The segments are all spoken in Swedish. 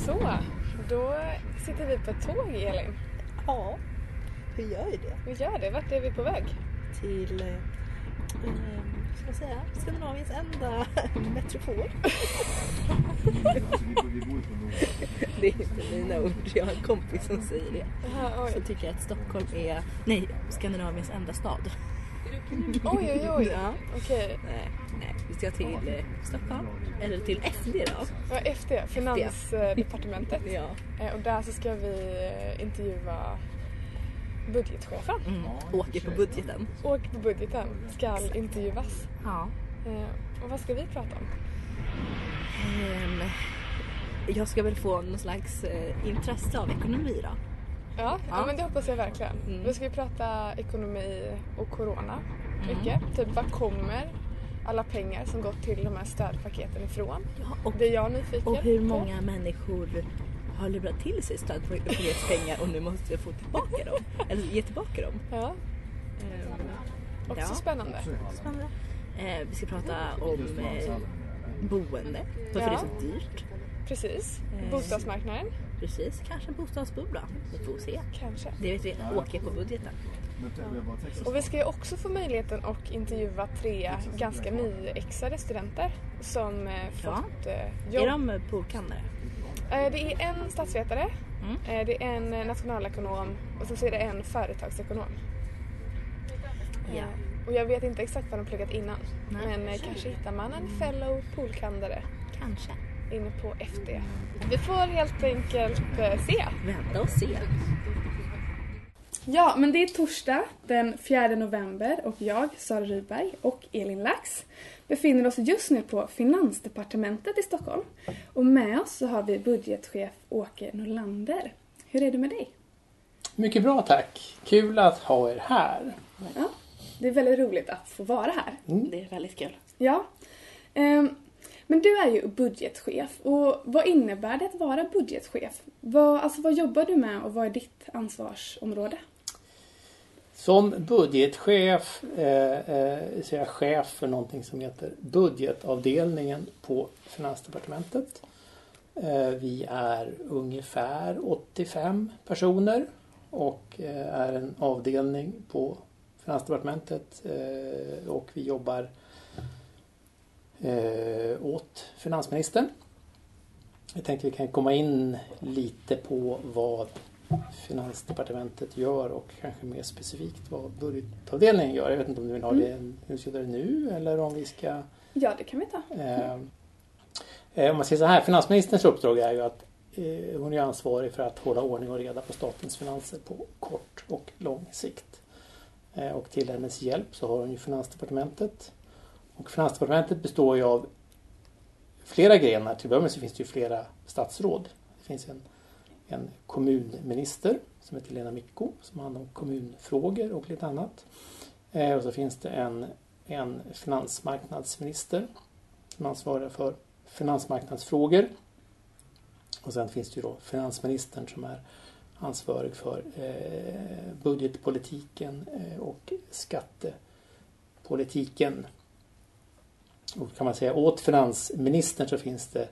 Så, då sitter vi på ett tåg, Elin. Ja, hur gör vi det? Vi gör det. Vart är vi på väg? Till, ska jag säga, Skandinaviens enda metropol. Det är inte mina ord, jag har en kompis som säger det. Aha, som tycker att Stockholm är, Skandinaviens enda stad. Oj. Ja. Okej. Nej, vi ska till Stockholm, eller till FD då. Ja, FD, Finansdepartementet. Ja. Och där så ska vi intervjua budgetchefen. Åker på budgeten. Åker på budgeten ska intervjuas. Ja. Och vad ska vi prata om? Jag ska väl få någon slags intresse av ekonomi då. Ja, men det hoppas jag verkligen. Vi ska prata ekonomi och corona mycket. Typ vad kommer alla pengar som gått till de här stödpaketen ifrån? Ja, och, det är jag nyfiken och hur på. många människor har lurat till sig stödpaketspengar och nu måste få tillbaka dem. Eller ge tillbaka dem. Ja. Också spännande. Vi ska prata om boende. Varför det är så dyrt. Precis. Bostadsmarknaden. Precis. Kanske en bostadsbubbla. Vi får se. Kanske. Det vet vi. Åker på budgeten. Och vi ska ju också få möjligheten att intervjua 3 ganska nyexade studenter som fått jobb. Är de polkandare? Det är en statsvetare, det är en nationalekonom och så är det en företagsekonom. Ja. Och jag vet inte exakt vad de pluggat innan. Men kanske hittar man en fellow poolkandare. Kanske. Inne på FD. Vi får helt enkelt se. Vänta och se. Ja, men det är torsdag den 4 november och jag, Sara Rydberg och Elin Lax befinner oss just nu på Finansdepartementet i Stockholm. Och med oss så har vi budgetchef Åke Nordlander. Hur är det med dig? Mycket bra, tack. Kul att ha er här. Ja, det är väldigt roligt att få vara här. Det är väldigt kul. Ja, men du är ju budgetchef. Och vad innebär det att vara budgetchef? Vad jobbar du med och vad är ditt ansvarsområde? Som budgetchef så är jag chef för någonting som heter budgetavdelningen på Finansdepartementet. Vi är ungefär 85 personer och är en avdelning på Finansdepartementet och vi jobbar åt finansministern. Jag tänkte vi kan komma in lite på vad Finansdepartementet gör och kanske mer specifikt vad budgetavdelningen gör. Jag vet inte om du vill ha det nu eller om vi ska... Ja, det kan vi ta. Om man säger så här, finansministerns uppdrag är ju att hon är ansvarig för att hålla ordning och reda på statens finanser på kort och lång sikt. Och till hennes hjälp så har hon ju Finansdepartementet. Och Finansdepartementet består ju av flera grenar. Till början så finns det ju flera statsråd. Det finns en kommunminister som heter Lena Micko som handlar om kommunfrågor och lite annat. Och så finns det en finansmarknadsminister som ansvarar för finansmarknadsfrågor. Och sen finns det ju då finansministern som är ansvarig för budgetpolitiken och skattepolitiken. Och kan man säga åt finansministern så finns det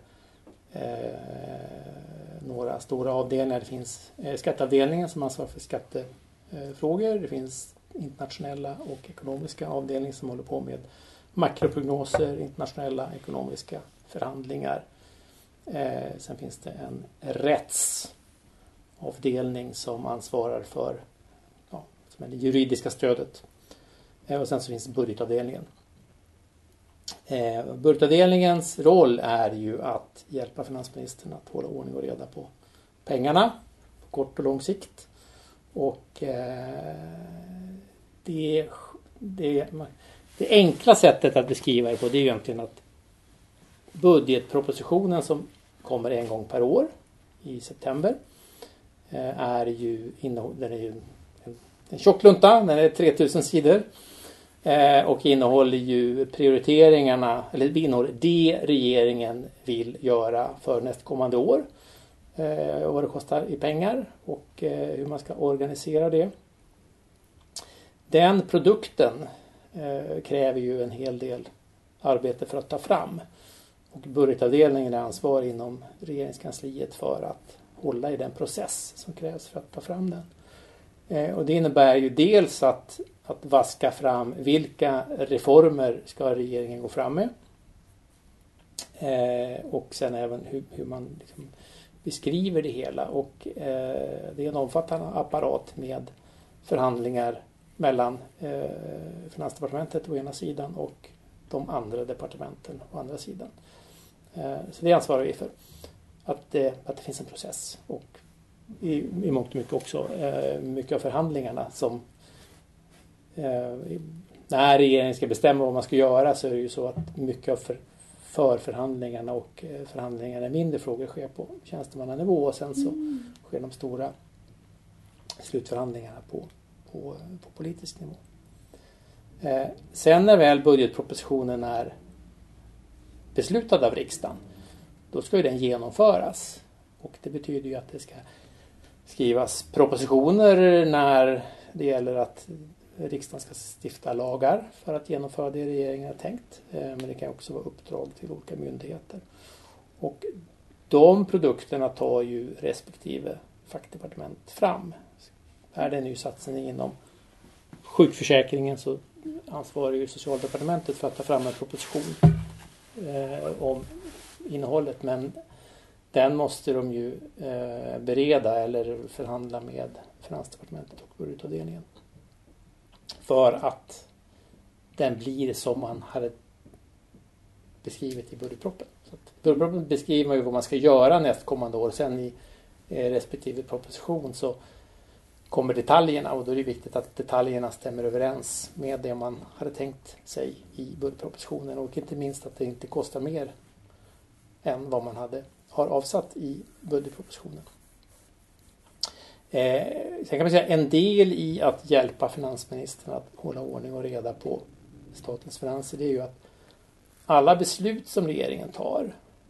några stora avdelningar. Det finns skatteavdelningen som ansvarar för skattefrågor. Det finns internationella och ekonomiska avdelningar som håller på med makroprognoser, internationella ekonomiska förhandlingar. Sen finns det en rättsavdelning som ansvarar för som är det juridiska stödet. Och sen så finns budgetavdelningen. Budgetavdelningens roll är ju att hjälpa finansministern att hålla ordning och reda på pengarna på kort och lång sikt. Och det enkla sättet att beskriva det på det är egentligen att budgetpropositionen som kommer en gång per år i september är ju en tjock lunta, den är 3000 sidor. Och innehåller ju prioriteringarna, eller innehåller det regeringen vill göra för nästkommande år. Och vad det kostar i pengar och hur man ska organisera det. Den produkten kräver ju en hel del arbete för att ta fram. Och budgetavdelningen är ansvarig inom regeringskansliet för att hålla i den process som krävs för att ta fram den. Och det innebär ju dels att vaska fram vilka reformer ska regeringen gå fram med. Och sen även hur man liksom beskriver det hela. Och det är en omfattande apparat med förhandlingar mellan Finansdepartementet å ena sidan och de andra departementen å andra sidan. Så det ansvarar vi för. Att det finns en process. Och i mångt och mycket också mycket av förhandlingarna som när regeringen ska bestämma vad man ska göra, så är det ju så att mycket av förhandlingarna och förhandlingarna i mindre frågor sker på tjänstemannanivå, och sen så sker de stora slutförhandlingarna på politisk nivå. Sen när väl budgetpropositionen är beslutad av riksdagen, då ska ju den genomföras. Och det betyder ju att det ska skrivas propositioner när det gäller att riksdagen ska stifta lagar för att genomföra det regeringen har tänkt. Men det kan också vara uppdrag till olika myndigheter. Och de produkterna tar ju respektive fackdepartement fram. Är det en ny satsning inom sjukförsäkringen, så ansvarar ju Socialdepartementet för att ta fram en proposition om innehållet. Men den måste de ju bereda eller förhandla med Finansdepartementet och budgetavdelningen. För att den blir som man hade beskrivit i budgetproppen. Så att budgetproppen beskriver ju vad man ska göra nästkommande år. Sen i respektive proposition så kommer detaljerna, och då är det viktigt att detaljerna stämmer överens med det man hade tänkt sig i budgetpropositionen. Och inte minst att det inte kostar mer än vad man har avsatt i budgetpropositionen. Sen kan man säga en del i att hjälpa finansministern att hålla ordning och reda på statens finanser, det är ju att alla beslut som regeringen tar,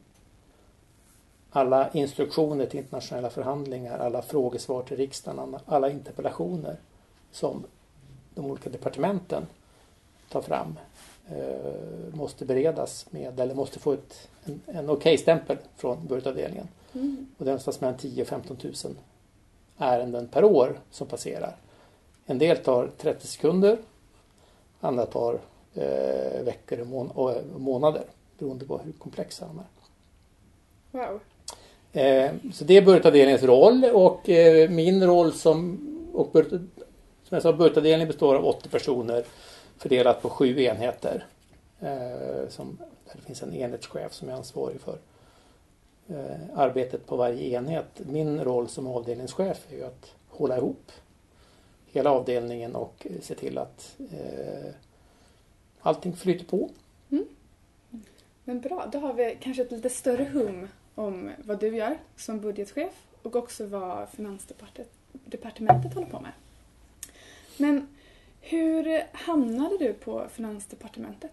alla instruktioner till internationella förhandlingar, alla frågesvar till riksdagen, alla interpellationer som de olika departementen tar fram måste beredas med, eller måste få en okej-stämpel från budgetavdelningen. Och det är någonstans mellan 10 och 15 000 ärenden per år som passerar. En del tar 30 sekunder, andra tar veckor och månader, beroende på hur komplexa de är. Wow. Så det är budgetavdelningens roll, och min roll som jag sa, budgetavdelningen består av 80 personer fördelat på 7 enheter. Där det finns en enhetschef som är ansvarig för arbetet på varje enhet. Min roll som avdelningschef är ju att hålla ihop hela avdelningen och se till att allting flyter på. Men bra, då har vi kanske ett lite större hum om vad du gör som budgetchef och också vad Finansdepartementet håller på med. Men hur hamnade du på Finansdepartementet?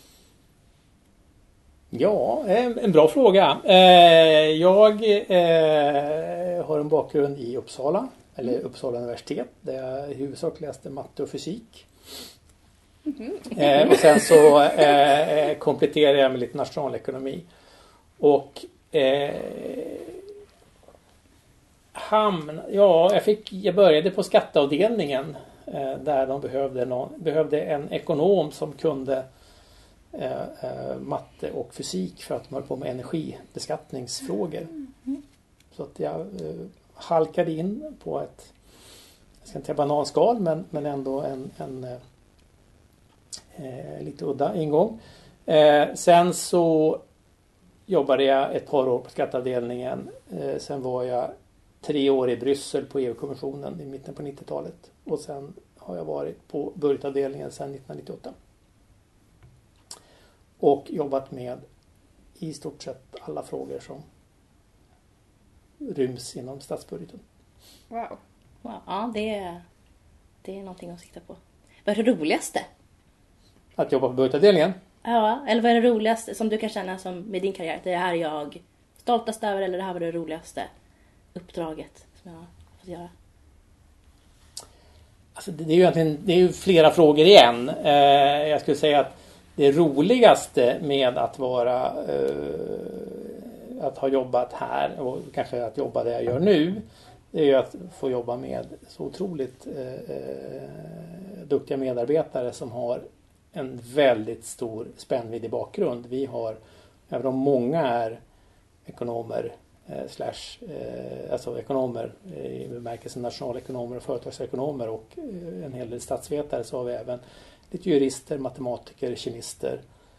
Ja, en bra fråga. Jag har en bakgrund i Uppsala, eller Uppsala universitet, där jag i huvudsak läste matte och fysik. Och sen så kompletterade jag med lite nationalekonomi. Och jag började på skatteavdelningen där de behövde en ekonom som kunde matte och fysik för att de höll på med energibeskattningsfrågor. Så att jag halkade in på ett, jag ska inte säga bananskal, men ändå en lite udda ingång. Sen så jobbade jag ett par år på skatteavdelningen. Sen var jag 3 år i Bryssel på EU-kommissionen i mitten på 90-talet. Och sen har jag varit på budgetavdelningen sedan 1998. Och jobbat med i stort sett alla frågor som ryms inom statsbudgeten. Wow. Ja, det är någonting att sikta på. Vad är det roligaste? Att jobba på budgetavdelningen? Ja, eller vad är det roligaste som du kan känna som med din karriär? Det här är jag stoltast över, eller det här var det roligaste uppdraget som jag har fått göra? Alltså det är ju flera frågor igen. Jag skulle säga att det roligaste med att att ha jobbat här och kanske att jobba där jag gör nu, det är ju att få jobba med så otroligt duktiga medarbetare som har en väldigt stor spännvidd i bakgrund. Vi har, även om många är ekonomer alltså ekonomer i bemärkelsen nationalekonomer och företagsekonomer och en hel del statsvetare, så har vi även lite jurister, matematiker, kemister.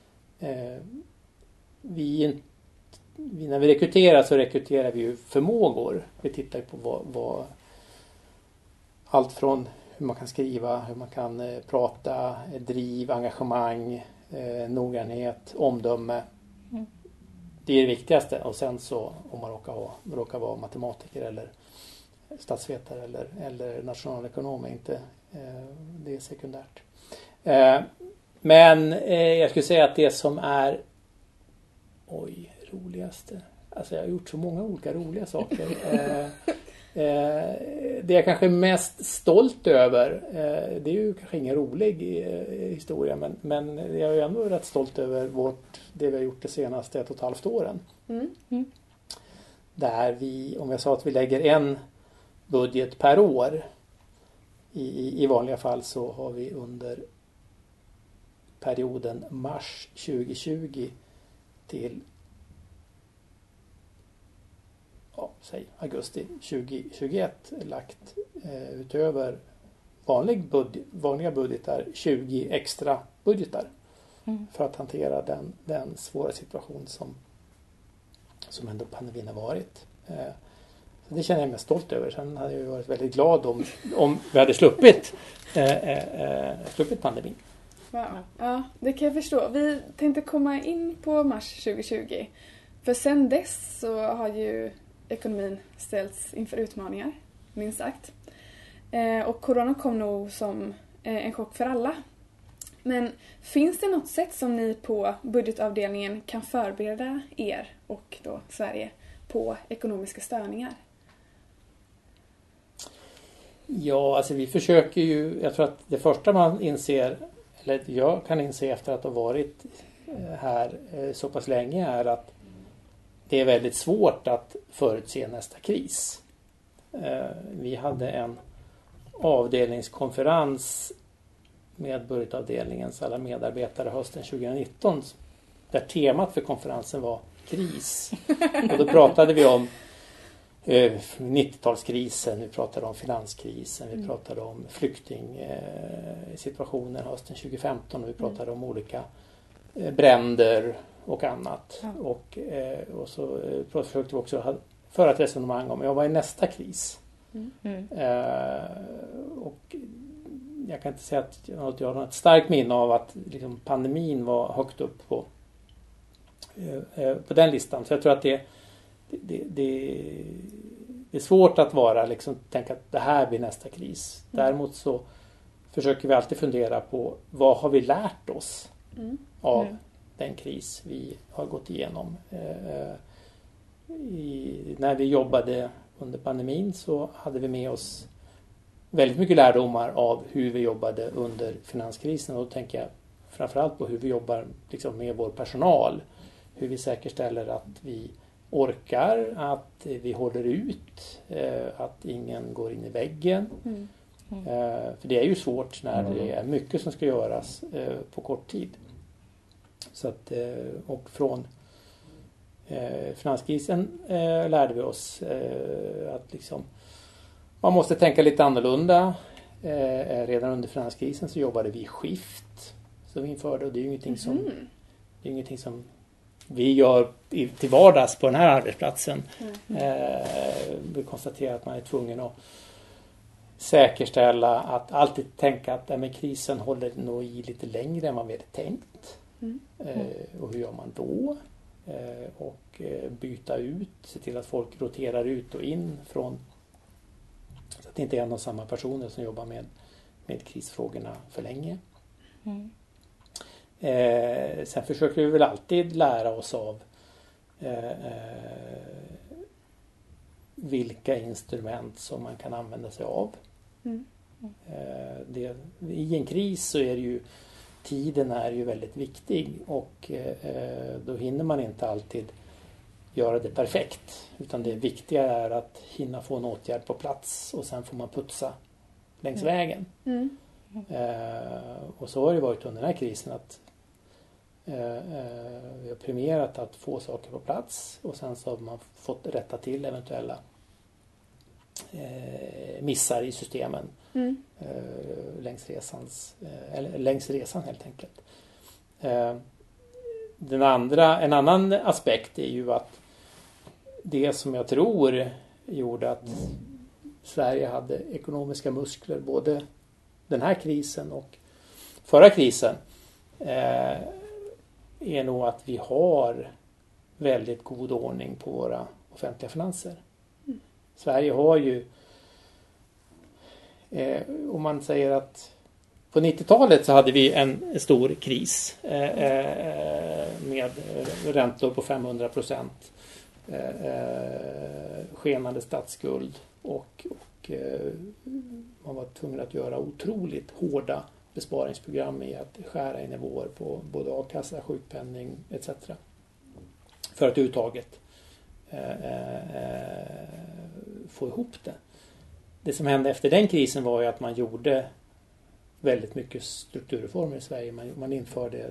När vi rekryterar så rekryterar vi ju förmågor. Vi tittar ju på vad allt från hur man kan skriva, hur man kan prata, driv, engagemang, noggrannhet, omdöme. Det är det viktigaste. Och sen så om man råkar vara matematiker eller statsvetare eller nationalekonom, inte det är sekundärt. Men jag skulle säga att det som är roligaste. Alltså jag har gjort så många olika roliga saker. Det jag kanske är mest stolt över, det är ju kanske ingen rolig historia, men jag är ändå rätt stolt över det vi har gjort de senaste 1,5 åren. Där om jag sa att vi lägger en budget per år, i vanliga fall så har vi under perioden mars 2020 till augusti 2021 lagt utöver vanliga budgetar 20 extra budgetar för att hantera den svåra situation som ändå pandemin har varit. Så det känner jag mig stolt över. Sen hade jag varit väldigt glad om vi hade sluppit pandemin. Wow. Ja, det kan jag förstå. Vi tänkte komma in på mars 2020. För sen dess så har ju ekonomin ställts inför utmaningar, minst sagt. Och corona kom nog som en chock för alla. Men finns det något sätt som ni på budgetavdelningen kan förbereda er och då Sverige på ekonomiska störningar? Ja, alltså vi försöker ju, jag tror att det första man inser, eller jag kan inse efter att ha varit här så pass länge, är att det är väldigt svårt att förutse nästa kris. Vi hade en avdelningskonferens med budgetavdelningens alla medarbetare hösten 2019 där temat för konferensen var kris. Och då pratade vi om 90-talskrisen, vi pratade om finanskrisen, vi pratade om flyktingsituationen hösten 2015 och vi pratade om olika bränder och annat. Och så försökte vi också föra ett resonemang om vad är nästa kris. Och jag kan inte säga att jag har ett starkt minne av att liksom, pandemin var högt upp på den listan. Så jag tror att det är svårt att tänka att det här blir nästa kris. Däremot så försöker vi alltid fundera på vad har vi lärt oss av den kris vi har gått igenom. När vi jobbade under pandemin så hade vi med oss väldigt mycket lärdomar av hur vi jobbade under finanskrisen, och då tänker jag framförallt på hur vi jobbar med vår personal. Hur vi säkerställer att vi orkar, att vi håller ut, att ingen går in i väggen. För det är ju svårt när det är mycket som ska göras på kort tid. Så att, och från finanskrisen lärde vi oss att man måste tänka lite annorlunda. Redan under finanskrisen så jobbade vi skift som vi införde, och det är ju ingenting som vi gör till vardags på den här arbetsplatsen. Vi konstaterar att man är tvungen att säkerställa att alltid tänka att krisen håller nog i lite längre än vad vi hade tänkt. Och hur gör man då? Och byta ut, se till att folk roterar ut och in från, så att det inte är en och samma personer som jobbar med krisfrågorna för länge. Sen försöker vi väl alltid lära oss av vilka instrument som man kan använda sig av. I en kris så är det ju tiden är ju väldigt viktig och då hinner man inte alltid göra det perfekt. Utan det viktiga är att hinna få en åtgärd på plats och sen får man putsa längs vägen. Och så har det varit under den här krisen att vi har premierat att få saker på plats och sen så har man fått rätta till eventuella missar i systemen längs resan helt enkelt. En annan aspekt är ju att det som jag tror gjorde att Sverige hade ekonomiska muskler både den här krisen och förra krisen är nog att vi har väldigt god ordning på våra offentliga finanser. Sverige har ju om man säger att på 90-talet så hade vi en stor kris med räntor på 500%, skenande statsskuld och man var tvungen att göra otroligt hårda besparingsprogram i att skära i nivåer på både a-kassa, sjukpenning etc. för att överhuvudtaget få ihop det. Det som hände efter den krisen var ju att man gjorde väldigt mycket strukturreformer i Sverige. Man införde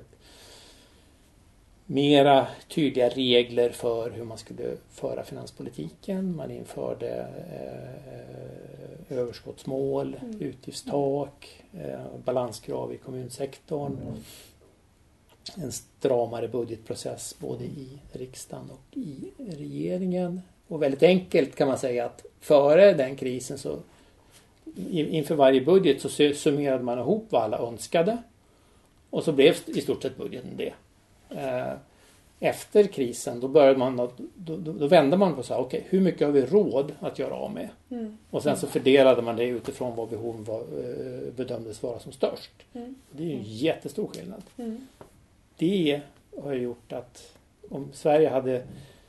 mera tydliga regler för hur man skulle föra finanspolitiken. Man införde överskottsmål, utgiftstak, balanskrav i kommunsektorn. En stramare budgetprocess både i riksdagen och i regeringen. Och väldigt enkelt kan man säga att före den krisen så inför varje budget så summerade man ihop vad alla önskade och så blev i stort sett budgeten det. Efter krisen då började man då vände man på så här, okej, hur mycket har vi råd att göra av med? Och sen så fördelade man det utifrån vad behoven bedömdes vara som störst. Det är ju en jättestor skillnad. Det har gjort att om Sverige hade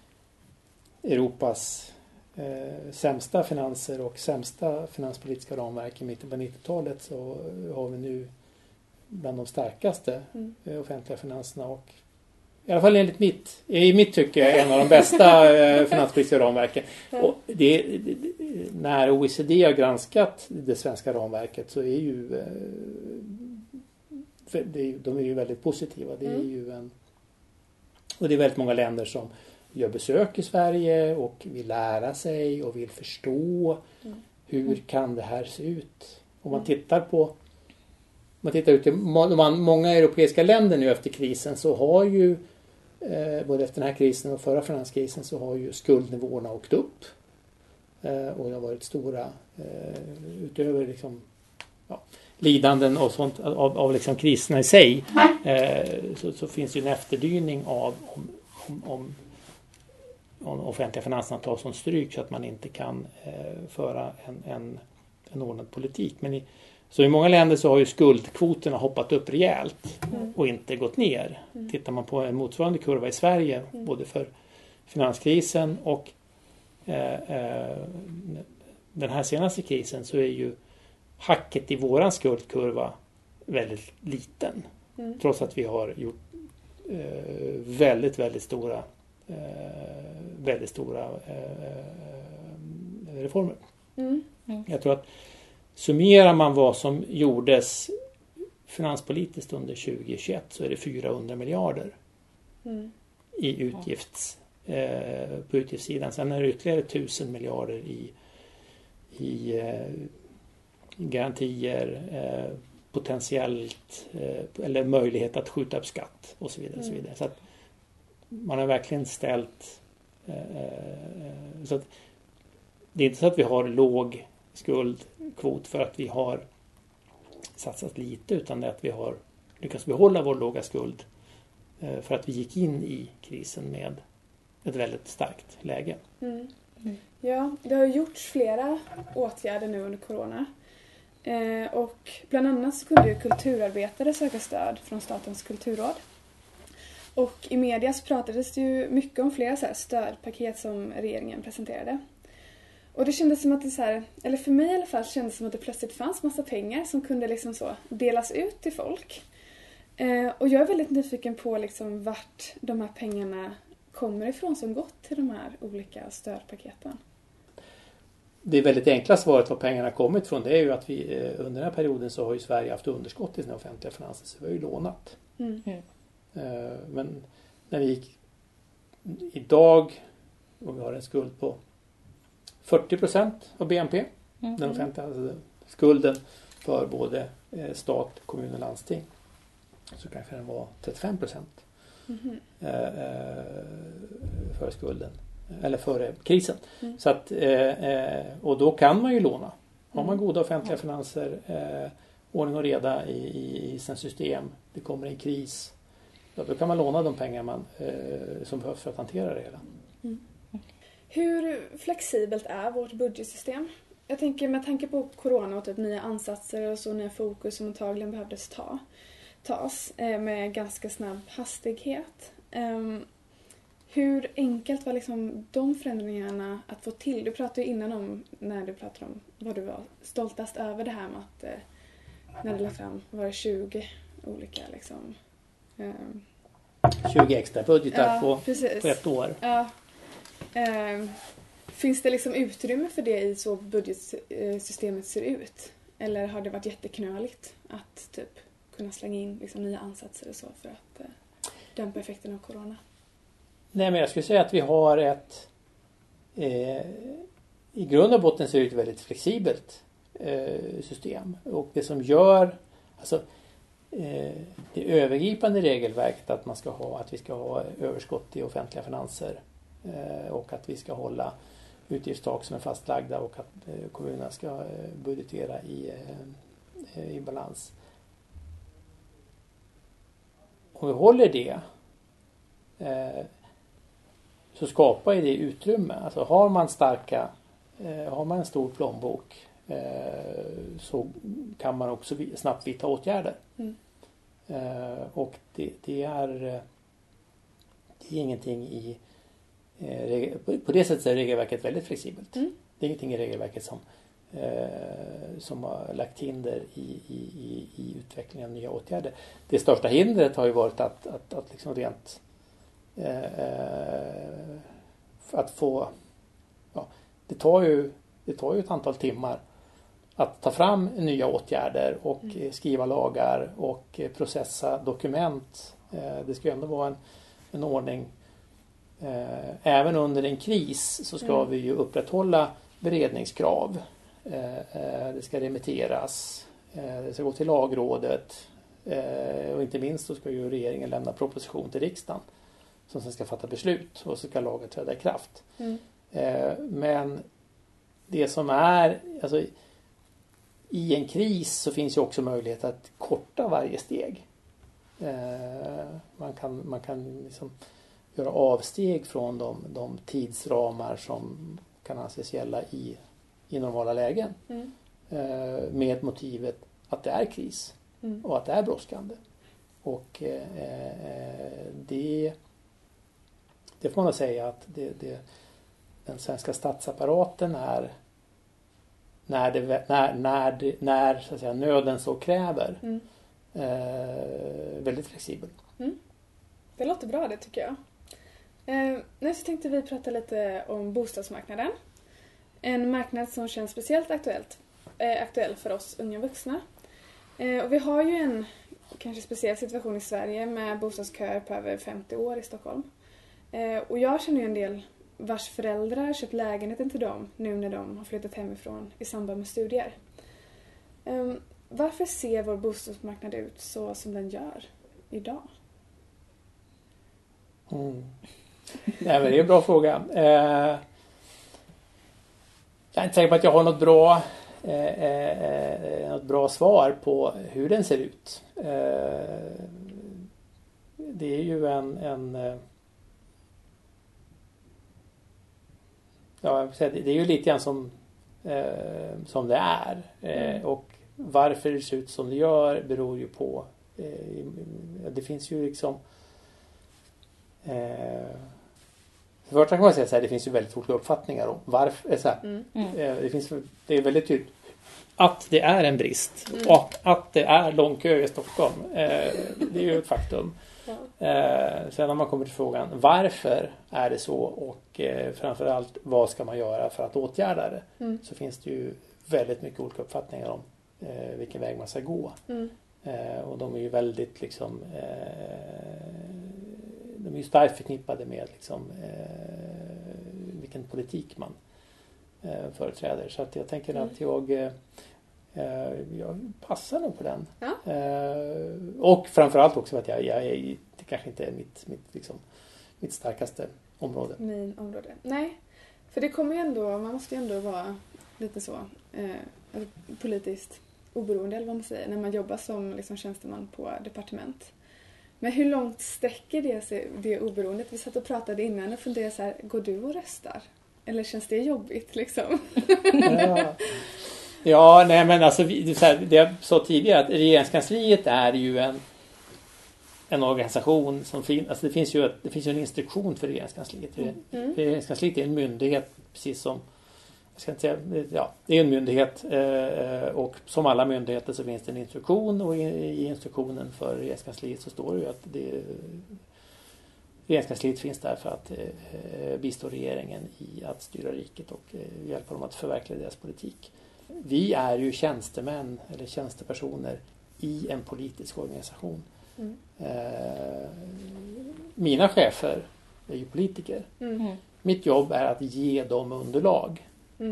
Europas sämsta finanser och sämsta finanspolitiska ramverk i mitten på 90-talet så har vi nu bland de starkaste offentliga finanserna och i alla fall i mitt tycke en av de bästa finanspolitiska ramverken. Och när OECD har granskat det svenska ramverket så är ju de är ju väldigt positiva. Det är ju och det är väldigt många länder som gör besök i Sverige och vill lära sig och vill förstå hur kan det här se ut. Om man tittar ut i många europeiska länder nu efter krisen så har ju både efter den här krisen och förra finanskrisen så har ju skuldnivåerna åkt upp och det har varit stora utöver liksom lidanden och sånt av liksom kriserna i sig så finns ju en efterdyning av om offentliga finanserna tar sån stryk så att man inte kan föra en ordnad politik. Men så i många länder så har ju skuldkvoterna hoppat upp rejält och inte gått ner. Tittar man på en motsvarande kurva i Sverige både för finanskrisen och den här senaste krisen så är ju hacket i våran skuldkurva väldigt liten. Trots att vi har gjort väldigt stora reformer. Jag tror att summerar man vad som gjordes finanspolitiskt under 2021 så är det 400 miljarder i på utgiftssidan. Sen är det ytterligare 1000 miljarder i garantier, potentiellt eller möjlighet att skjuta upp skatt och så vidare. Och så vidare. Så att man har verkligen ställt så att det är inte så att vi har låg skuldkvot för att vi har satsat lite utan det är att vi har lyckats behålla vår låga skuld för att vi gick in i krisen med ett väldigt starkt läge. Ja, det har gjorts flera åtgärder nu under corona. Och bland annat så kunde ju kulturarbetare söka stöd från Statens kulturråd. Och i media så pratades det ju mycket om flera så här stödpaket som regeringen presenterade. Och det kändes som att det så här, eller för mig i alla fall kändes som att det plötsligt fanns massa pengar som kunde liksom så delas ut till folk. Och jag är väldigt nyfiken på liksom vart de här pengarna kommer ifrån som gått till de här olika stödpaketen. Det väldigt enkla svaret var pengarna kommit från, det är ju att vi under den här perioden så har ju Sverige haft underskott i sina offentliga finanser, så vi har ju lånat. Men när vi gick idag och vi har en skuld på 40% av BNP, den offentliga skulden för både stat, kommun och landsting, så kanske den var 35% för skulden. Eller före krisen. Så att, och då kan man ju låna. Har man goda offentliga finanser, ordning och reda i sin system, det kommer en kris, då kan man låna de pengar som behövs för att hantera det hela. Hur flexibelt är vårt budgetsystem? Jag tänker med tanke på corona och typ nya ansatser och så nya fokus som antagligen behövdes tas med ganska snabb hastighet. Hur enkelt var liksom de förändringarna att få till? Du pratade ju innan om, när du pratade om vad du var stoltast över det här med att när du lade fram, var det 20 olika liksom... 20 extra budgetar på ett år. Ja. Finns det liksom utrymme för det i så budgetsystemet ser ut? Eller har det varit jätteknöligt att typ kunna slänga in liksom nya ansatser och så för att dämpa effekten av corona? Nej, men jag skulle säga att vi har ett i grund och botten ser det ut väldigt flexibelt system. Och det som gör det övergripande regelverket att vi ska ha överskott i offentliga finanser och att vi ska hålla utgiftstak som är fastlagda och att kommunerna ska budgetera i balans. Om vi håller det så skapar det utrymme. Alltså har man en stor plånbok så kan man också snabbt vidta åtgärder. Och det är ingenting på det sättet är regelverket väldigt flexibelt. Det är ingenting i regelverket som har lagt hinder i utvecklingen av nya åtgärder. Det största hindret har ju varit att liksom rent att få det tar ju ett antal timmar att ta fram nya åtgärder och skriva lagar och processa dokument. Det ska ju ändå vara en ordning. Även under en kris så ska vi ju upprätthålla beredningskrav. Det ska remitteras. Det ska gå till lagrådet. Och inte minst så ska ju regeringen lämna proposition till riksdagen som sen ska fatta beslut och så ska lagen träda i kraft. Men det som är i en kris så finns ju också möjlighet att korta varje steg. Man kan liksom göra avsteg från de tidsramar som kan anses gälla i normala lägen. Med motivet att det är kris och att det är brådskande. Och det får man säga att den svenska statsapparaten är när så att säga, nöden så kräver väldigt flexibel. Det låter bra det tycker jag. Nu så tänkte vi prata lite om bostadsmarknaden. En marknad som känns speciellt aktuell för oss unga vuxna. Och vi har ju en kanske speciell situation i Sverige med bostadsköer på över 50 år i Stockholm. Och jag känner ju en del vars föräldrar köpt lägenheten till dem nu när de har flyttat hemifrån i samband med studier. Varför ser vår bostadsmarknad ut så som den gör idag? Nej, men det är en bra fråga. Jag är inte säker på att jag har något bra svar på hur den ser ut. Det är ju det är ju lite grann som det är. Och varför det ser ut som det gör beror ju på det finns ju liksom först kan man säga så här, det finns ju väldigt olika uppfattningar om varför det är väldigt tydligt att det är en brist och att det är lång kö i Stockholm. Det är ju ett faktum. Sen när man kommer till frågan varför är det så och framförallt vad ska man göra för att åtgärda det, så finns det ju väldigt mycket olika uppfattningar om vilken väg man ska gå. Och de är ju väldigt liksom de är ju starkt förknippade med liksom vilken politik man företräder. Så att jag tänker att jag passar nog på den. Ja. Och framförallt också att jag är, det kanske inte är mitt starkaste område. Min område. Nej, för det kommer ju ändå, man måste ju ändå vara lite så politiskt oberoende eller vad man säger när man jobbar som liksom tjänsteman på departement. Men hur långt sträcker det sig, det oberoendet? Vi satt och pratade innan och funderade så här, går du och röstar? Eller känns det jobbigt liksom? Ja, nej men alltså det jag sa tidigare att regeringskansliet är ju en organisation som finns, alltså det finns ju en instruktion för regeringskansliet. Regeringskansliet är en myndighet precis som jag ska inte säga, ja, det är en myndighet och som alla myndigheter så finns det en instruktion och i instruktionen för regeringskansliet så står det ju att regeringskansliet finns där för att bistå regeringen i att styra riket och hjälpa dem att förverkliga deras politik. Vi är ju tjänstemän eller tjänstepersoner i en politisk organisation. Mina chefer är ju politiker. Mitt jobb är att ge dem underlag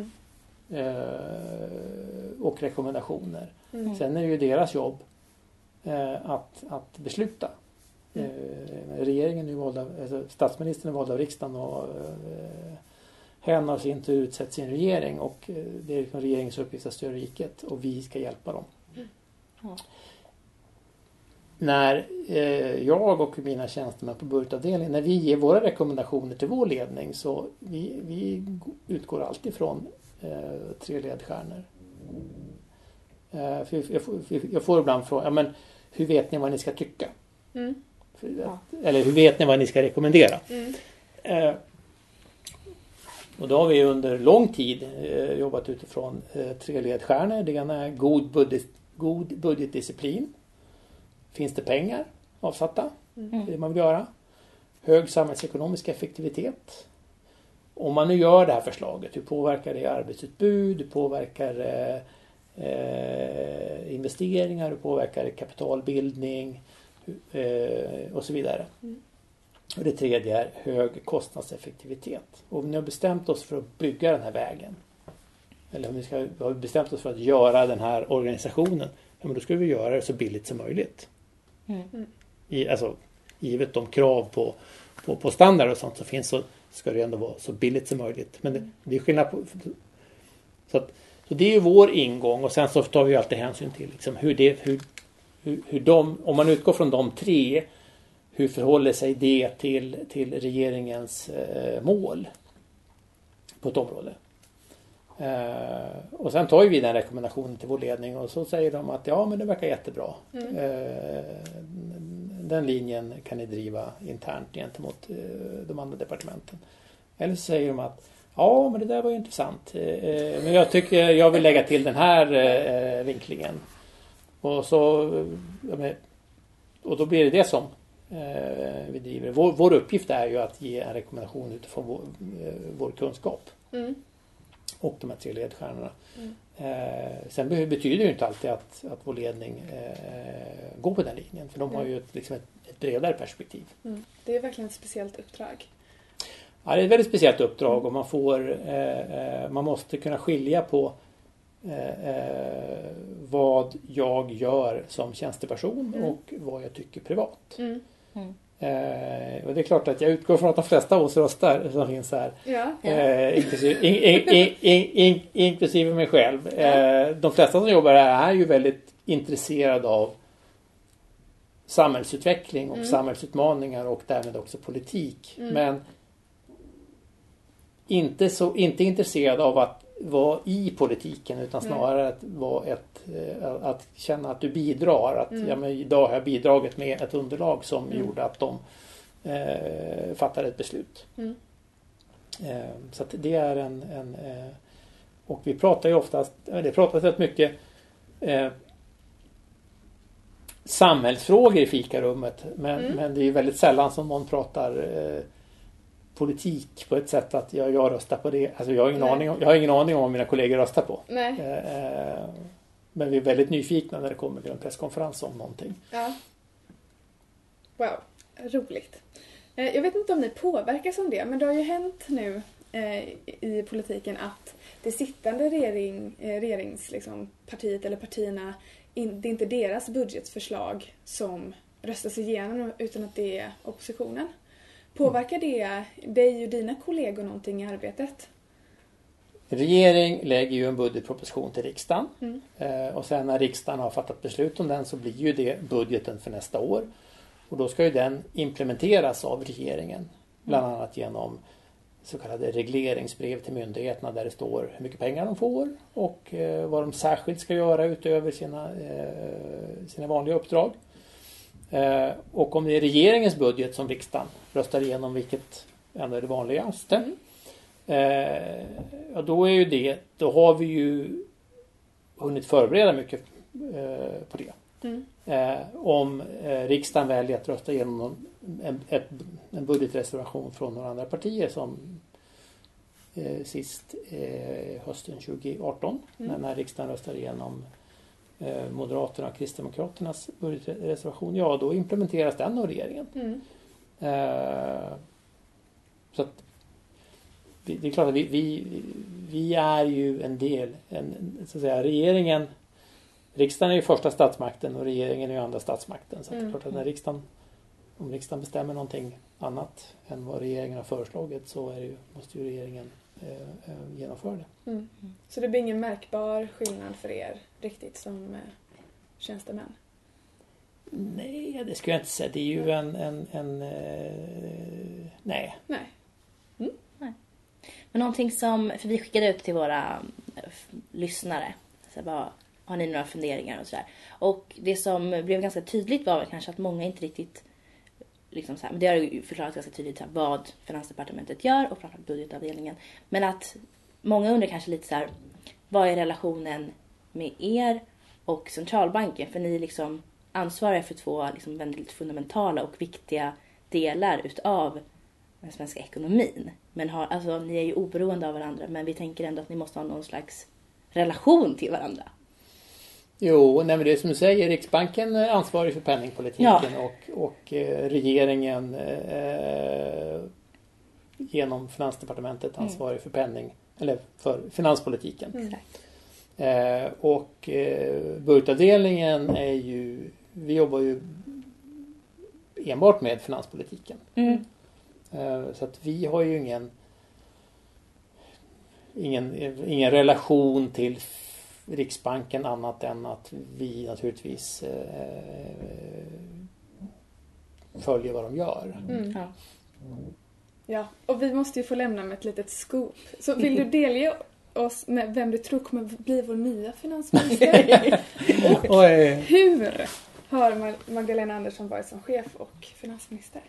och rekommendationer. Sen är det ju deras jobb att besluta. Regeringen är vald av, alltså statsministern är vald av riksdagen och hen har sin tur utsett sin regering och det är liksom regeringens uppgift att styra riket och vi ska hjälpa dem. När jag och mina tjänstemän på budgetavdelningen, när vi ger våra rekommendationer till vår ledning så vi utgår alltid från 3 ledstjärnor. Jag får ibland frågan, ja, men hur vet ni vad ni ska tycka? Eller hur vet ni vad ni ska rekommendera? Och då har vi under lång tid jobbat utifrån 3 ledstjärnor. Det ena är god budgetdisciplin. Finns det pengar avsatta? Det man vill göra. Hög samhällsekonomisk effektivitet. Om man nu gör det här förslaget, hur påverkar det arbetsutbud? Hur påverkar investeringar? Hur påverkar det kapitalbildning? Och så vidare. Och det tredje är hög kostnadseffektivitet. Och om ni har bestämt oss för att bygga den här vägen, eller om vi har bestämt oss för att göra den här organisationen, ja, men då ska vi göra det så billigt som möjligt. Alltså, givet de krav på standard och sånt som finns så ska det ändå vara så billigt som möjligt. Men det är skillnad på... Så det är vår ingång och sen så tar vi alltid hänsyn till liksom hur de, om man utgår från de 3, hur förhåller sig det till regeringens mål på ett område. Och sen tar vi den rekommendationen till vår ledning och så säger de att ja, men det verkar jättebra. Den linjen kan ni driva internt gentemot de andra departementen. Eller så säger de att ja, men det där var ju intressant. Men jag tycker jag vill lägga till den här vinklingen. Och då blir det som vi driver. Vår uppgift är ju att ge en rekommendation utifrån vår kunskap. Och de här 3 ledstjärnorna. Sen betyder det ju inte alltid att vår ledning går på den linjen. För de har ju ett bredare perspektiv. Det är verkligen ett speciellt uppdrag. Ja, det är ett väldigt speciellt uppdrag och man måste kunna skilja på vad jag gör som tjänsteperson och vad jag tycker privat. Och det är klart att jag utgår från att de flesta av oss röstar som finns här. Inklusive mig själv. De flesta som jobbar här är ju väldigt intresserade av samhällsutveckling och samhällsutmaningar och därmed också politik. Men inte intresserad av att vara i politiken utan snarare att vara att känna att du bidrar. Att men idag har jag bidragit med ett underlag som gjorde att de fattade ett beslut. Så att det är Och vi pratar ju oftast, det pratas rätt mycket samhällsfrågor i fikarummet. Men det är väldigt sällan som någon pratar politik på ett sätt att jag röstar på det. Alltså jag har ingen aning om vad mina kollegor röstar på. Men vi är väldigt nyfikna när det kommer till en presskonferens om någonting. Ja. Wow, roligt. Jag vet inte om ni påverkas om det, men det har ju hänt nu i politiken att det sittande regeringspartiet eller partierna, det är inte deras budgetförslag som röstas igenom utan att det är oppositionen. Påverkar det dig och dina kollegor någonting i arbetet? Regering lägger ju en budgetproposition till riksdagen. Och sen när riksdagen har fattat beslut om den så blir ju det budgeten för nästa år. Och då ska ju den implementeras av regeringen. Bland annat genom så kallade regleringsbrev till myndigheterna där det står hur mycket pengar de får och vad de särskilt ska göra utöver sina vanliga uppdrag. Och om det är regeringens budget som riksdagen röstar igenom, vilket ändå är det vanligaste, då har vi ju hunnit förbereda mycket på det. Om riksdagen väljer att rösta igenom en budgetreservation från några andra partier som sist hösten 2018 när riksdagen röstade igenom Moderaterna och Kristdemokraternas budgetreservation, då implementeras den av regeringen. Så att det är klart att vi är ju en del, så att säga, riksdagen är ju första statsmakten och regeringen är ju andra statsmakten. Så att det är klart att om riksdagen bestämmer någonting annat än vad regeringen har föreslagit så måste ju regeringen genomföra det. Så det blir ingen märkbar skillnad för er riktigt som tjänstemän? Nej, det skulle jag inte säga. Det är ju nej. Men någonting för vi skickade ut till våra lyssnare. Så bara, har ni några funderingar och sådär. Och det som blev ganska tydligt var väl kanske att många inte riktigt liksom så här, men det har ju förklarat ganska tydligt så här, vad Finansdepartementet gör och framförallt budgetavdelningen. Men att många undrar kanske lite så här, vad är relationen med er och centralbanken? För ni är liksom ansvariga för två liksom väldigt fundamentala och viktiga delar utav den svenska ekonomin. Men ni är ju oberoende av varandra, men vi tänker ändå att ni måste ha någon slags relation till varandra. Jo, men det är som du säger, Riksbanken är ansvarig för penningpolitiken och regeringen genom Finansdepartementet ansvarig för finanspolitiken. Och budgetavdelningen vi jobbar ju enbart med finanspolitiken. Så att vi har ju ingen relation till Riksbanken annat än att vi naturligtvis följer vad de gör. Ja, och vi måste ju få lämna med ett litet scoop. Så vill du delge oss med vem du tror kommer bli vår nya finansminister? Och hur har Magdalena Andersson varit som chef och finansminister?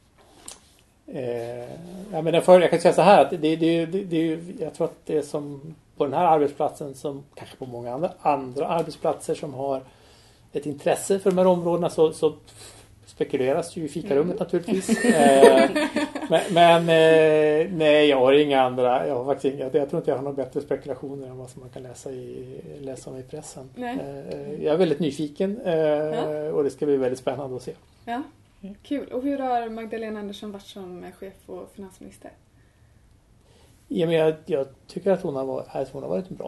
Jag kan säga så här att jag tror att det är som på den här arbetsplatsen som kanske på många andra arbetsplatser som har ett intresse för de här områdena så spekuleras ju i fikarummet naturligtvis. Men nej, jag har inga andra. Jag har faktiskt jag tror inte jag har några bättre spekulationer än vad som man kan läsa om i pressen. Jag är väldigt nyfiken och det ska bli väldigt spännande att se. Ja, kul. Och hur har Magdalena Andersson varit som chef och finansminister? Ja, men jag tycker att hon har varit en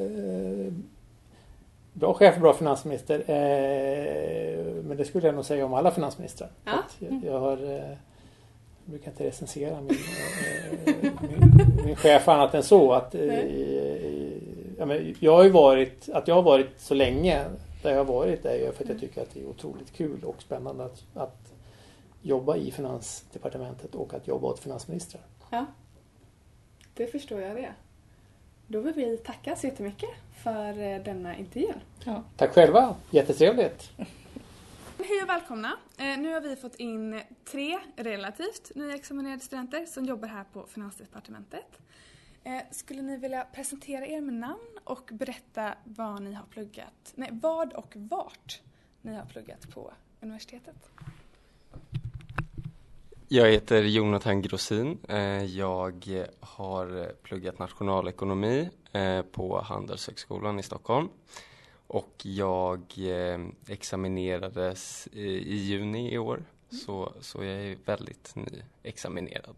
bra chef och bra finansminister. Men det skulle jag nog säga om alla finansministrar. Ja. Jag brukar inte recensera min chef annat än så. Att jag har varit så länge där jag har varit är för att jag tycker att det är otroligt kul och spännande att jobba i Finansdepartementet och att jobba åt finansministrar. Ja, det förstår jag det. Då vill vi tacka så jättemycket för denna intervju. Ja. Tack själva, jättetrevligt. Hej och välkomna. Nu har vi fått in 3 relativt nyexaminerade studenter som jobbar här på Finansdepartementet. Skulle ni vilja presentera er med namn och berätta vad ni har pluggat? Nej, vad och vart ni har pluggat på universitetet? Jag heter Jonathan Grossin. Jag har pluggat nationalekonomi på Handelshögskolan i Stockholm. Och jag examinerades i juni i år. Så jag är väldigt nyexaminerad.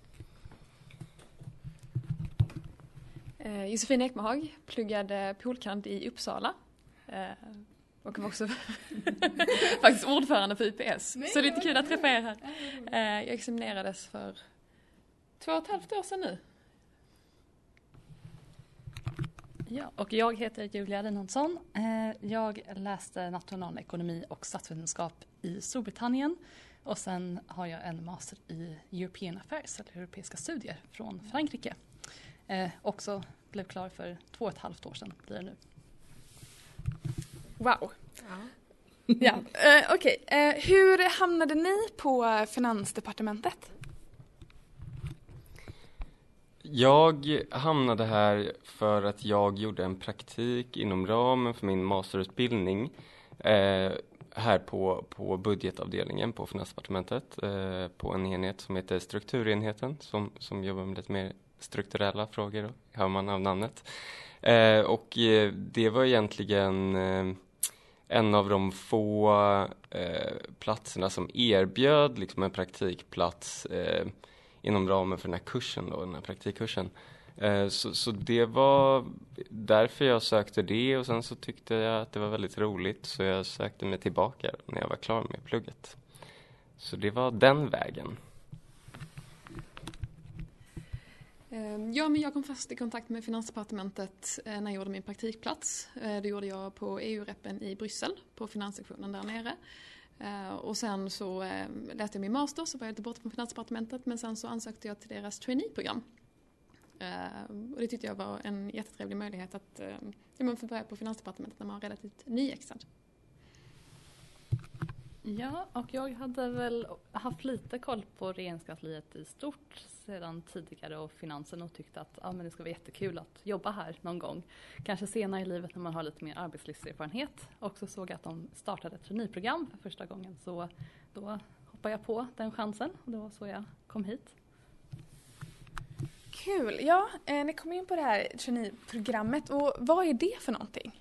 Josefin Ekmahag pluggade polkand i Uppsala. Och var också faktiskt ordförande för UPS. Så det är lite kul att träffa er här. Jag examinerades för 2,5 år sedan nu. Ja, och jag heter Julia Reinholdsson. Jag läste nationalekonomi och statsvetenskap i Storbritannien. Och sen har jag en master i European Affairs, eller europeiska studier, från Frankrike. Också blev klar för 2,5 år sedan blir det nu. Wow. Ja. Okej. Hur hamnade ni på Finansdepartementet? Jag hamnade här för att jag gjorde en praktik inom ramen för min masterutbildning här på budgetavdelningen på Finansdepartementet på en enhet som heter strukturenheten som jobbar med lite mer strukturella frågor, hör man av namnet. Och det var egentligen en av de få platserna som erbjöd liksom en praktikplats inom ramen för den här kursen då, den här praktikkursen. Så det var därför jag sökte det, och sen så tyckte jag att det var väldigt roligt, så jag sökte mig tillbaka när jag var klar med plugget. Så det var den vägen. Ja, men jag kom först i kontakt med Finansdepartementet när jag gjorde min praktikplats. Det gjorde jag på EU-reppen i Bryssel, på finanssektionen där nere. Och sen så läste jag min master, så var jag lite bort från Finansdepartementet, men sen så ansökte jag till deras trainee-program. Och det tyckte jag var en jättetrevlig möjlighet att man får börja på Finansdepartementet när man är relativt nyexad. Ja, och jag hade väl haft lite koll på regeringskansliet i stort sedan tidigare och finansen, och tyckte att men det ska vara jättekul att jobba här någon gång. Kanske senare i livet när man har lite mer arbetslivserfarenhet. Och så såg jag att de startade ett traineeprogram för första gången, så då hoppade jag på den chansen, och det var så jag kom hit. Kul! Ja, ni kom in på det här traineeprogrammet, och vad är det för någonting?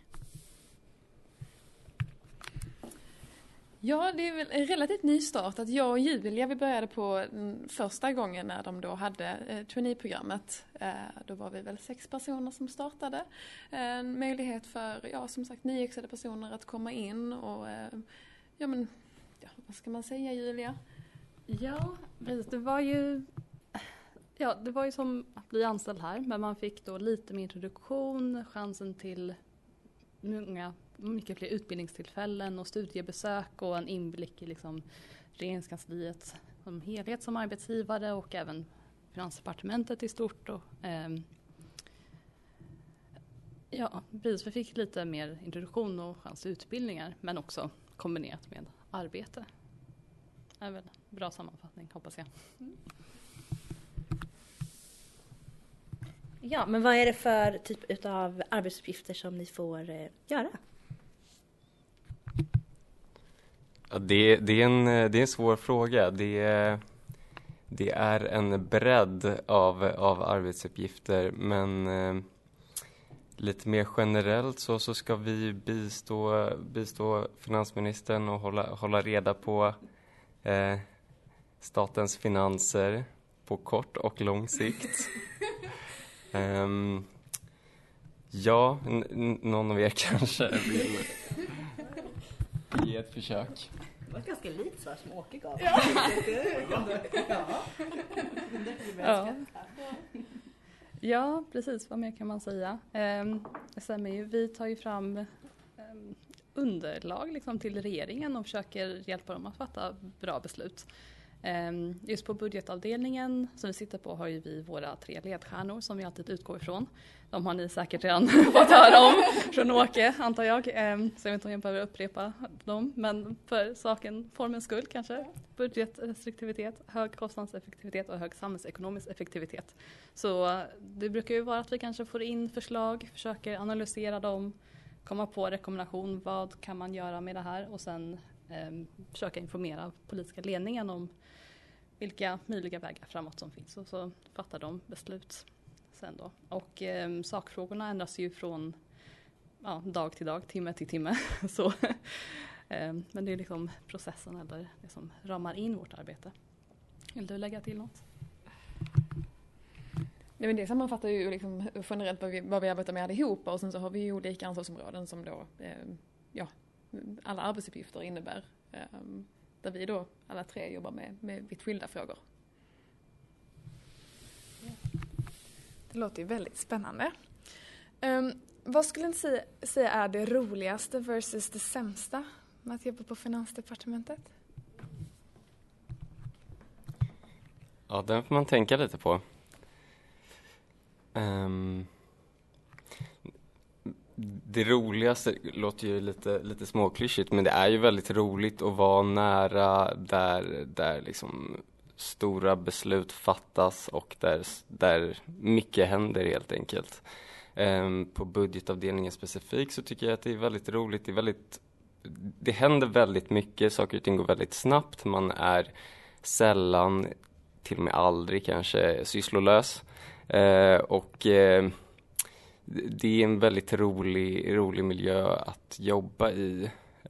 Ja, det är väl en relativt ny start. Att jag och Julia, vi började på den första gången när de då hade traineeprogrammet. Då var vi väl 6 personer som startade. En möjlighet för, som sagt, nyexade personer att komma in och, vad ska man säga, Julia? Ja, precis. Det var ju som att bli anställd här, men man fick då lite mer introduktion, chansen till mycket fler utbildningstillfällen och studiebesök och en inblick i liksom regeringskansliet som helhet som arbetsgivare, och även Finansdepartementet i stort. Och, precis, vi fick lite mer introduktion och chans till utbildningar, men också kombinerat med arbete. Det är väl en bra sammanfattning, hoppas jag. Ja, men vad är det för typ av arbetsuppgifter som ni får göra? Ja, det är en svår fråga. Det är en bredd av arbetsuppgifter, men lite mer generellt så ska vi bistå finansministern och hålla reda på statens finanser på kort och lång sikt. Någon av er kanske vill ge ett försök. Det var ett ganska likt svar som Åke gav. Ja, precis. Vad mer kan man säga? Vi tar ju fram underlag liksom till regeringen och försöker hjälpa dem att fatta bra beslut. Just på budgetavdelningen som vi sitter på har ju vi våra 3 ledstjärnor som vi alltid utgår ifrån. De har ni säkert redan fått höra om från Åke, antar jag. Så jag vet inte om jag behöver upprepa dem. Men för formens skull kanske. Budgetrestriktivitet, hög kostnadseffektivitet och hög samhällsekonomisk effektivitet. Så det brukar ju vara att vi kanske får in förslag, försöker analysera dem, komma på rekommendation, vad kan man göra med det här och sen försöka informera politiska ledningen om vilka möjliga vägar framåt som finns och så fattar de beslut sen då. Och sakfrågorna ändras ju från dag till dag, timme till timme. Så, men det är liksom processen eller det som ramar in vårt arbete. Vill du lägga till något? Nej, men det sammanfattar ju liksom generellt vad vi arbetar med allihopa och sen så har vi ju olika ansvarsområden som då alla arbetsuppgifter innebär. Där vi då alla 3 jobbar med vitt skilda frågor. Det låter ju väldigt spännande. Vad skulle ni säga är det roligaste versus det sämsta med att jobba på Finansdepartementet? Ja, den får man tänka lite på. Det roligaste låter ju lite småklyschigt, men det är ju väldigt roligt att vara nära där liksom stora beslut fattas och där mycket händer helt enkelt. På budgetavdelningen specifikt så tycker jag att det är väldigt roligt. Det händer väldigt mycket, saker och ting går väldigt snabbt. Man är sällan, till och med aldrig kanske, sysslolös. Det är en väldigt rolig miljö att jobba i.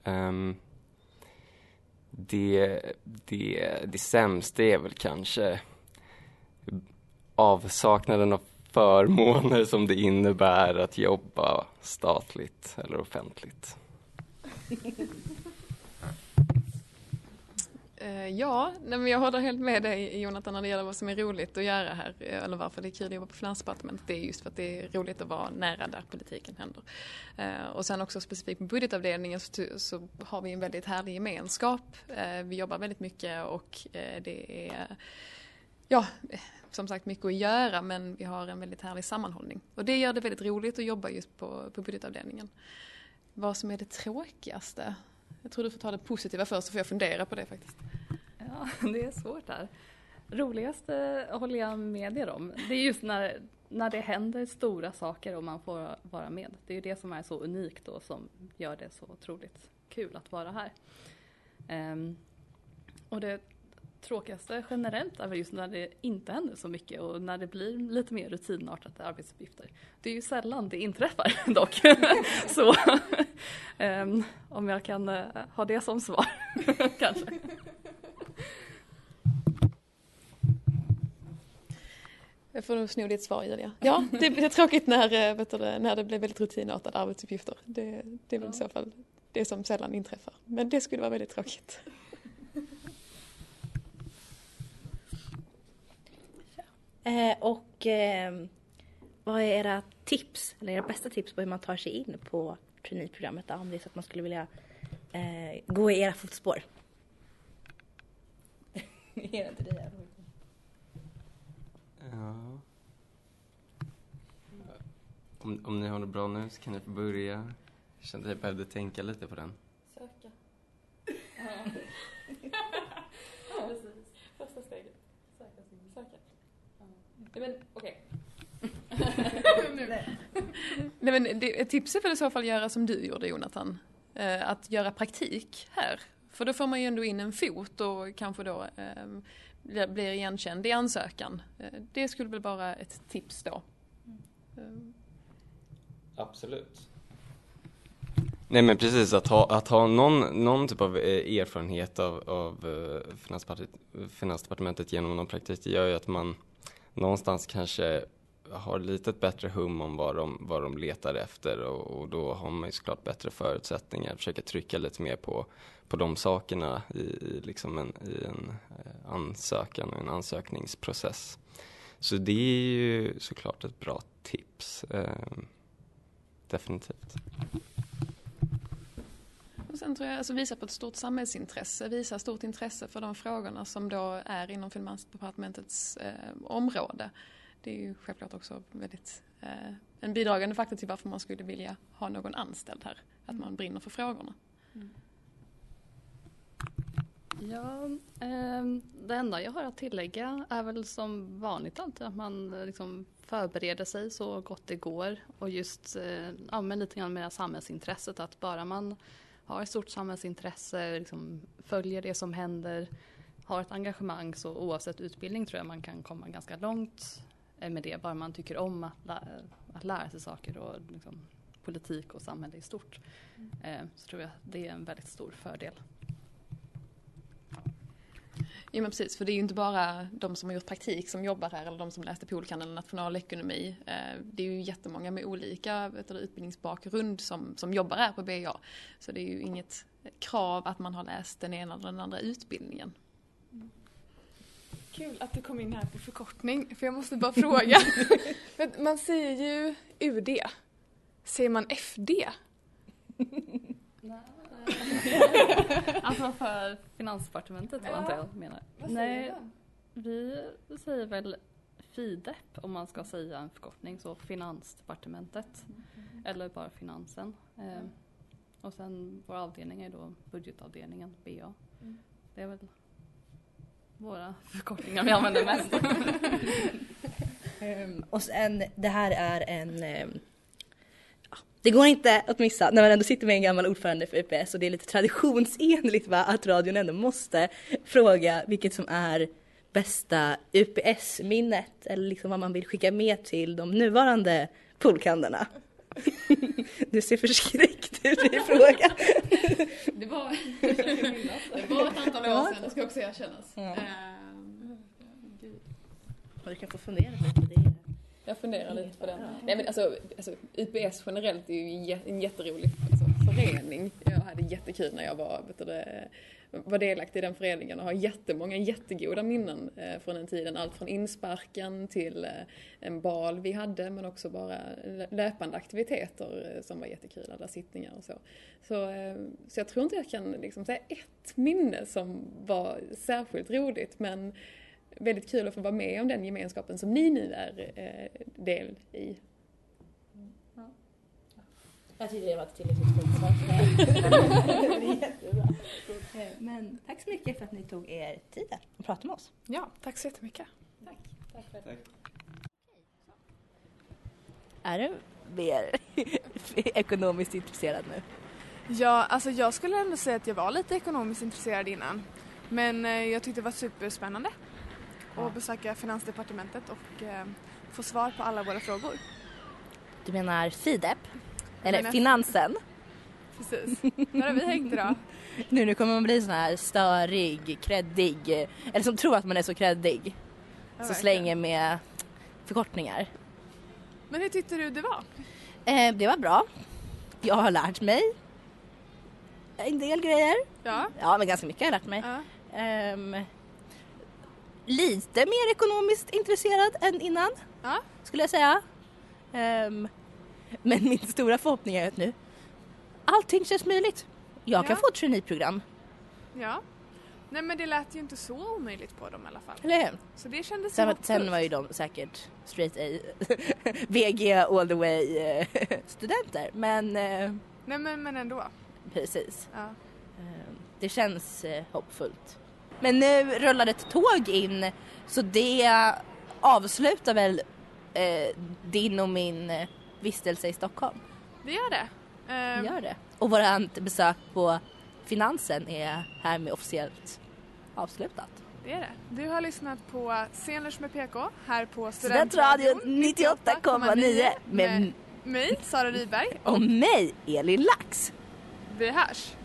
Det sämsta är väl kanske avsaknaden av förmåner som det innebär att jobba statligt eller offentligt. Men jag håller helt med dig, Jonathan, när det gäller vad som är roligt att göra här eller varför det är kul att jobba på Finansdepartementet. Det är just för att det är roligt att vara nära där politiken händer. Och sen också specifikt på budgetavdelningen så har vi en väldigt härlig gemenskap. Vi jobbar väldigt mycket och det är som sagt mycket att göra, men vi har en väldigt härlig sammanhållning. Och det gör det väldigt roligt att jobba just på budgetavdelningen. Vad som är det tråkigaste? Jag tror du får ta det positiva först så får jag fundera på det faktiskt. Ja, det är svårt här. Roligaste håller jag med er om. Det är just när det händer stora saker och man får vara med. Det är ju det som är så unikt och som gör det så otroligt kul att vara här. Och det tråkigaste generellt är väl just när det inte händer så mycket och när det blir lite mer rutinartade arbetsuppgifter. Det är ju sällan det inträffar dock. Så om jag kan ha det som svar kanske. Jag får nog sno ditt svar, Julia. Ja, det är tråkigt när det blir väldigt rutinartade arbetsuppgifter. Det är väl i så fall det som sällan inträffar. Men det skulle vara väldigt tråkigt. Vad är era tips, eller era bästa tips på hur man tar sig in på traineeprogrammet om det är så att man skulle vilja gå i era fotspår? Är inte det? Ja. Om ni har det bra nu så kan ni få börja. Jag kände att jag behövde tänka lite på den. Söka. Ja, precis. Första steget. Söka. Men okej. Nej, men ett tips är väl i så fall göra som du gjorde, Jonathan. Att göra praktik här. För då får man ju ändå in en fot och kanske då blir igenkänd i ansökan. Det skulle väl vara ett tips då. Absolut. Nej, men precis, att ha någon typ av erfarenhet av Finansdepartementet genom någon praktik, det gör ju att man någonstans kanske har lite ett bättre hum om vad de letar efter och då har man ju såklart bättre förutsättningar att försöka trycka lite mer på de sakerna i en ansökan och en ansökningsprocess. Så det är ju såklart ett bra tips. Definitivt. sen tror jag alltså visa på ett stort samhällsintresse, visa stort intresse för de frågorna som då är inom Finansdepartementets område. Det är ju självklart också väldigt en bidragande faktor till varför man skulle vilja ha någon anställd här. Att man brinner för frågorna. Ja, det enda jag har att tillägga är väl som vanligt alltid att man liksom förbereder sig så gott det går och just använder lite grann med samhällsintresset, att bara man har ett stort samhällsintresse, liksom följer det som händer, har ett engagemang, så oavsett utbildning tror jag man kan komma ganska långt med det, bara man tycker om att lära sig saker och liksom politik och samhälle i stort. Så tror jag det är en väldigt stor fördel. Ja men precis, för det är ju inte bara de som har gjort praktik som jobbar här eller de som läste polkan eller nationalekonomi. Det är ju jättemånga med olika utbildningsbakgrund som jobbar här på BA. Så det är ju inget krav att man har läst den ena eller den andra utbildningen. Kul att du kom in här på förkortning, för jag måste bara fråga. För man säger ju UD. Säger man FD? Alltså för Finansdepartementet antar jag menar. Nej, vi säger väl FIDEP om man ska säga en förkortning, så Finansdepartementet eller bara finansen. Och sen vår avdelning är då budgetavdelningen, BA. Det är väl våra förkortningar vi använder mest. Och sen, det här är en... Det går inte att missa när man ändå sitter med en gammal ordförande för UPS, och det är lite traditionsenligt att radion ändå måste fråga vilket som är bästa UPS-minnet eller liksom vad man vill skicka med till de nuvarande poolkanderna. Du ser förskräckt ut i frågan. Det var ett antal år sedan, det ska också erkännas. Du kan få fundera lite på det. Jag funderar lite på den. Nej, men alltså UPS generellt är ju en jätterolig förening. Jag hade jättekul när jag var delaktig i den föreningen och har jättemånga jättegoda minnen från den tiden. Allt från insparken till en bal vi hade, men också bara löpande aktiviteter som var jättekul, alla sittningar och så. Så jag tror inte jag kan liksom säga ett minne som var särskilt roligt, men väldigt kul att få vara med om den gemenskapen som ni nu är del i. Jag tycker det var ett tillräckligt fint svar. Det är jättebra. Men tack så mycket för att ni tog er tid att prata med oss. Ja, tack så jättemycket. Tack. Är du mer ekonomiskt intresserad nu? Ja, alltså jag skulle ändå säga att jag var lite ekonomiskt intresserad innan. Men jag tyckte det var superspännande att besöka Finansdepartementet och få svar på alla våra frågor. Du menar FIDEP? Eller finansen? Precis. Där har vi hängt idag. Nu kommer man bli sån här störig, kreddig. Eller som tror att man är så kreddig. Ja, så slänger med förkortningar. Men hur tyckte du det var? Det var bra. Jag har lärt mig en del grejer. Ja. Ja, men ganska mycket har jag lärt mig. Ja. Lite mer ekonomiskt intresserad än innan. Ja. Skulle jag säga. Men min stora förhoppning är att nu allting känns möjligt. Jag kan få ett traineeprogram. Ja. Nej, men det lät ju inte så omöjligt på dem i alla fall. Eller hur? Så det kändes Sen var ju de säkert straight A, VG all the way studenter. Men... Nej, men ändå. Precis. Ja. Det känns hoppfullt. Men nu rullar ett tåg in, så det avslutar väl din och min vistelse i Stockholm. Det gör det. Gör det. Och vårt besök på finansen är härmed officiellt avslutat. Det är det. Du har lyssnat på Scenlunch med PK här på Studentradion 98,9 med mig, Sara Rydberg. Och mig, Elin Lax. Vi hörs.